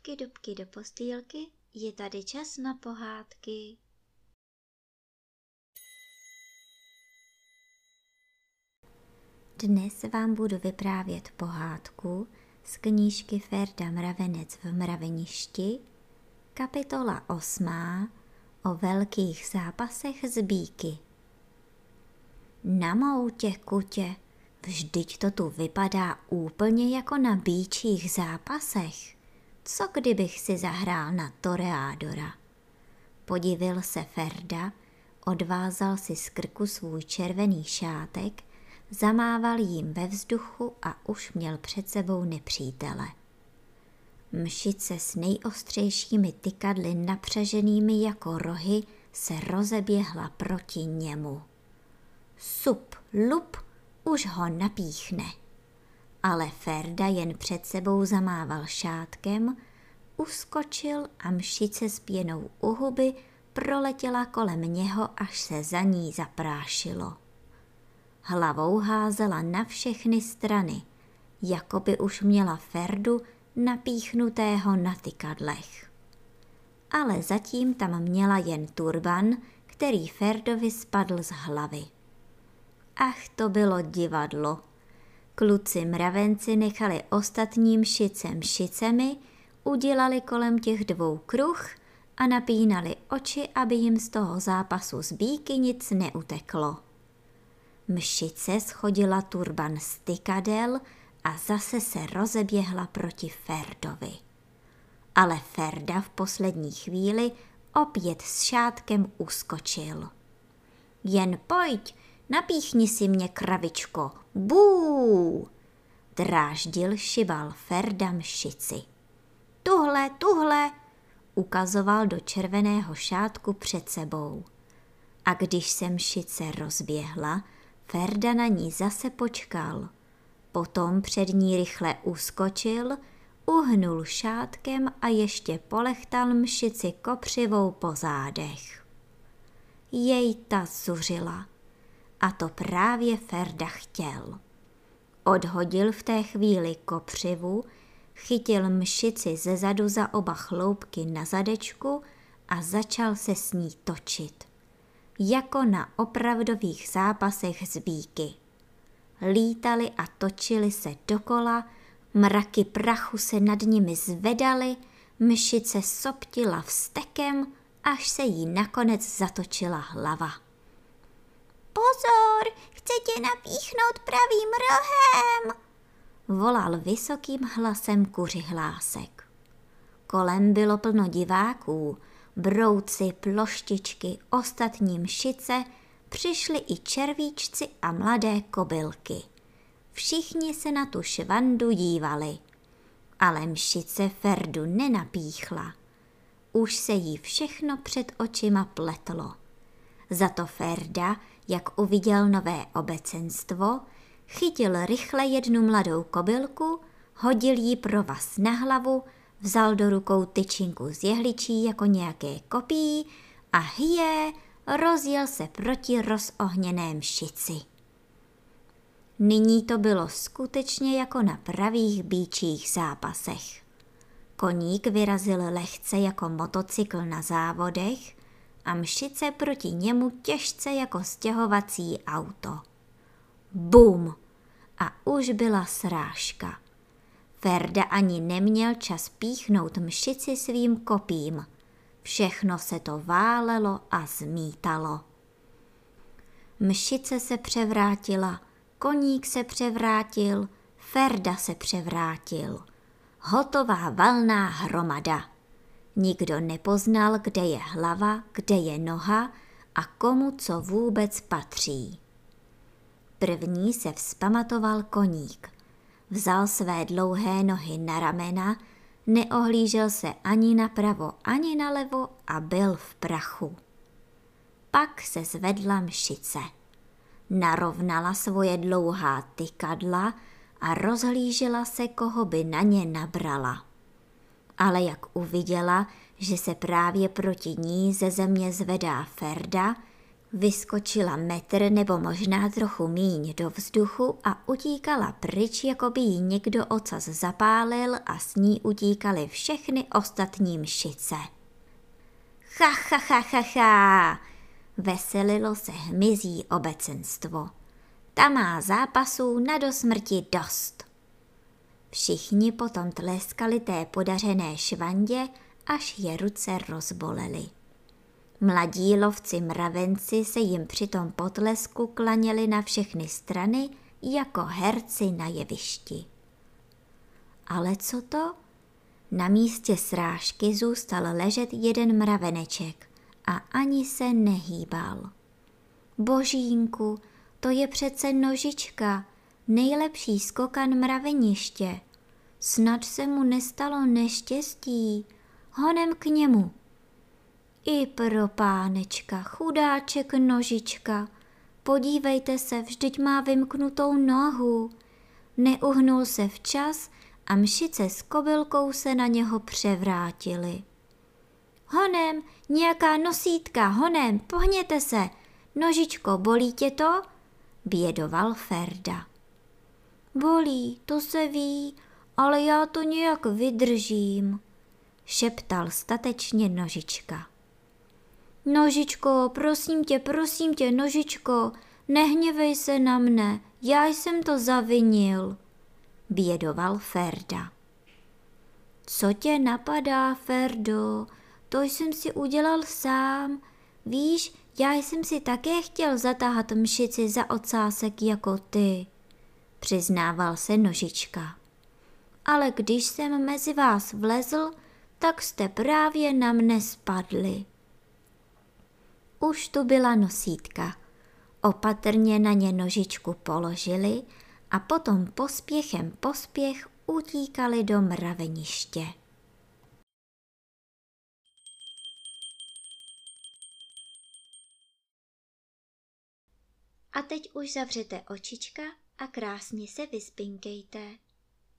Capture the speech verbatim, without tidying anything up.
Dubky, dubky do postýlky, je tady čas na pohádky. Dnes vám budu vyprávět pohádku z knížky Ferda Mravenec v mraveništi, kapitola osmá o velkých zápasech s býky. Na moutě, kutě, vždyť to tu vypadá úplně jako na býčích zápasech. Co kdybych si zahrál na toreadora? Podivil se Ferda, odvázal si z krku svůj červený šátek, zamával jím ve vzduchu a už měl před sebou nepřítele. Mšice s nejostřejšími tykadly napřaženými jako rohy se rozeběhla proti němu. Sup, lup, už ho napíchne. Ale Ferda jen před sebou zamával šátkem, uskočil a mšice s pěnou u huby proletěla kolem něho, až se za ní zaprášilo. Hlavou házela na všechny strany, jako by už měla Ferdu napíchnutého na tykadlech. Ale zatím tam měla jen turban, který Ferdovi spadl z hlavy. Ach, to bylo divadlo. Kluci mravenci nechali ostatní mšice mšicemi, udělali kolem těch dvou kruh a napínali oči, aby jim z toho zápasu z býky nic neuteklo. Mšice schodila turban z tykadel a zase se rozeběhla proti Ferdovi. Ale Ferda v poslední chvíli opět s šátkem uskočil. Jen pojď, napíchni si mě, kravičko, bů! Dráždil, šibal Ferda mšici. Tuhle, tuhle, ukazoval do červeného šátku před sebou. A když se mšice rozběhla, Ferda na ní zase počkal. Potom před ní rychle uskočil, uhnul šátkem a ještě polechtal mšici kopřivou po zádech. Jej ta zuřila. A to právě Ferda chtěl. Odhodil v té chvíli kopřivu, chytil mšici zezadu za oba chloupky na zadečku a začal se s ní točit. Jako na opravdových zápasech z býky. Lítali a točili se dokola, mraky prachu se nad nimi zvedaly, mšice soptila vztekem, až se jí nakonec zatočila hlava. Pozor, chce tě napíchnout pravým rohem, volal vysokým hlasem kuřihlásek. Kolem bylo plno diváků, brouci, ploštičky, ostatní mšice, přišli i červíčci a mladé kobylky. Všichni se na tu švandu dívali, ale mšice Ferdu nenapíchla. Už se jí všechno před očima pletlo. Za to Ferda, jak uviděl nové obecenstvo, chytil rychle jednu mladou kobylku, hodil jí provaz na hlavu, vzal do rukou tyčinku z jehličí jako nějaké kopí a hije, rozjel se proti rozohněné mšici. Nyní to bylo skutečně jako na pravých býčích zápasech. Koník vyrazil lehce jako motocykl na závodech a mšice proti němu těžce jako stěhovací auto. Bum! A už byla srážka. Ferda ani neměl čas píchnout mšici svým kopím. Všechno se to válelo a zmítalo. Mšice se převrátila, koník se převrátil, Ferda se převrátil. Hotová valná hromada. Nikdo nepoznal, kde je hlava, kde je noha a komu co vůbec patří. První se vzpamatoval koník. Vzal své dlouhé nohy na ramena, neohlížel se ani napravo, ani nalevo a byl v prachu. Pak se zvedla mšice. Narovnala svoje dlouhá tykadla a rozhlížela se, koho by na ně nabrala. Ale jak uviděla, že se právě proti ní ze země zvedá Ferda, Vyskočila metr nebo možná trochu míň do vzduchu a utíkala pryč, jako by jí někdo ocas zapálil a s ní utíkaly všechny ostatní mšice. Ha, ha, ha, ha, ha, veselilo se hmyzí obecenstvo. Ta má zápasů na dosmrti dost. Všichni potom tleskali té podařené švandě, až je ruce rozbolely. Mladí lovci mravenci se jim při tom potlesku klaněli na všechny strany jako herci na jevišti. Ale co to? Na místě srážky zůstal ležet jeden mraveneček a ani se nehýbal. Božínku, to je přece Nožička, nejlepší skokan mraveniště. Snad se mu nestalo neštěstí. Honem k němu. I pro pánečka, chudáček Nožička. Podívejte se, vždyť má vymknutou nohu. Neuhnul se včas a mšice s kobylkou se na něho převrátily. Honem, nějaká nosítka, honem, pohněte se. Nožičko, bolí tě to? Bědoval Ferda. Bolí, to se ví, ale já to nějak vydržím, šeptal statečně Nožička. Nožičko, prosím tě, prosím tě, Nožičko, nehněvej se na mne, já jsem to zavinil, bědoval Ferda. Co tě napadá, Ferdo, to jsem si udělal sám, víš, já jsem si také chtěl zatáhat mšici za ocásek jako ty, přiznával se Nožička. Ale když jsem mezi vás vlezl, tak jste právě na mne spadli. Už tu byla nosítka. Opatrně na ně Nožičku položili a potom pospěchem pospěch utíkali do mraveniště. A teď už zavřete očička a krásně se vyspinkejte.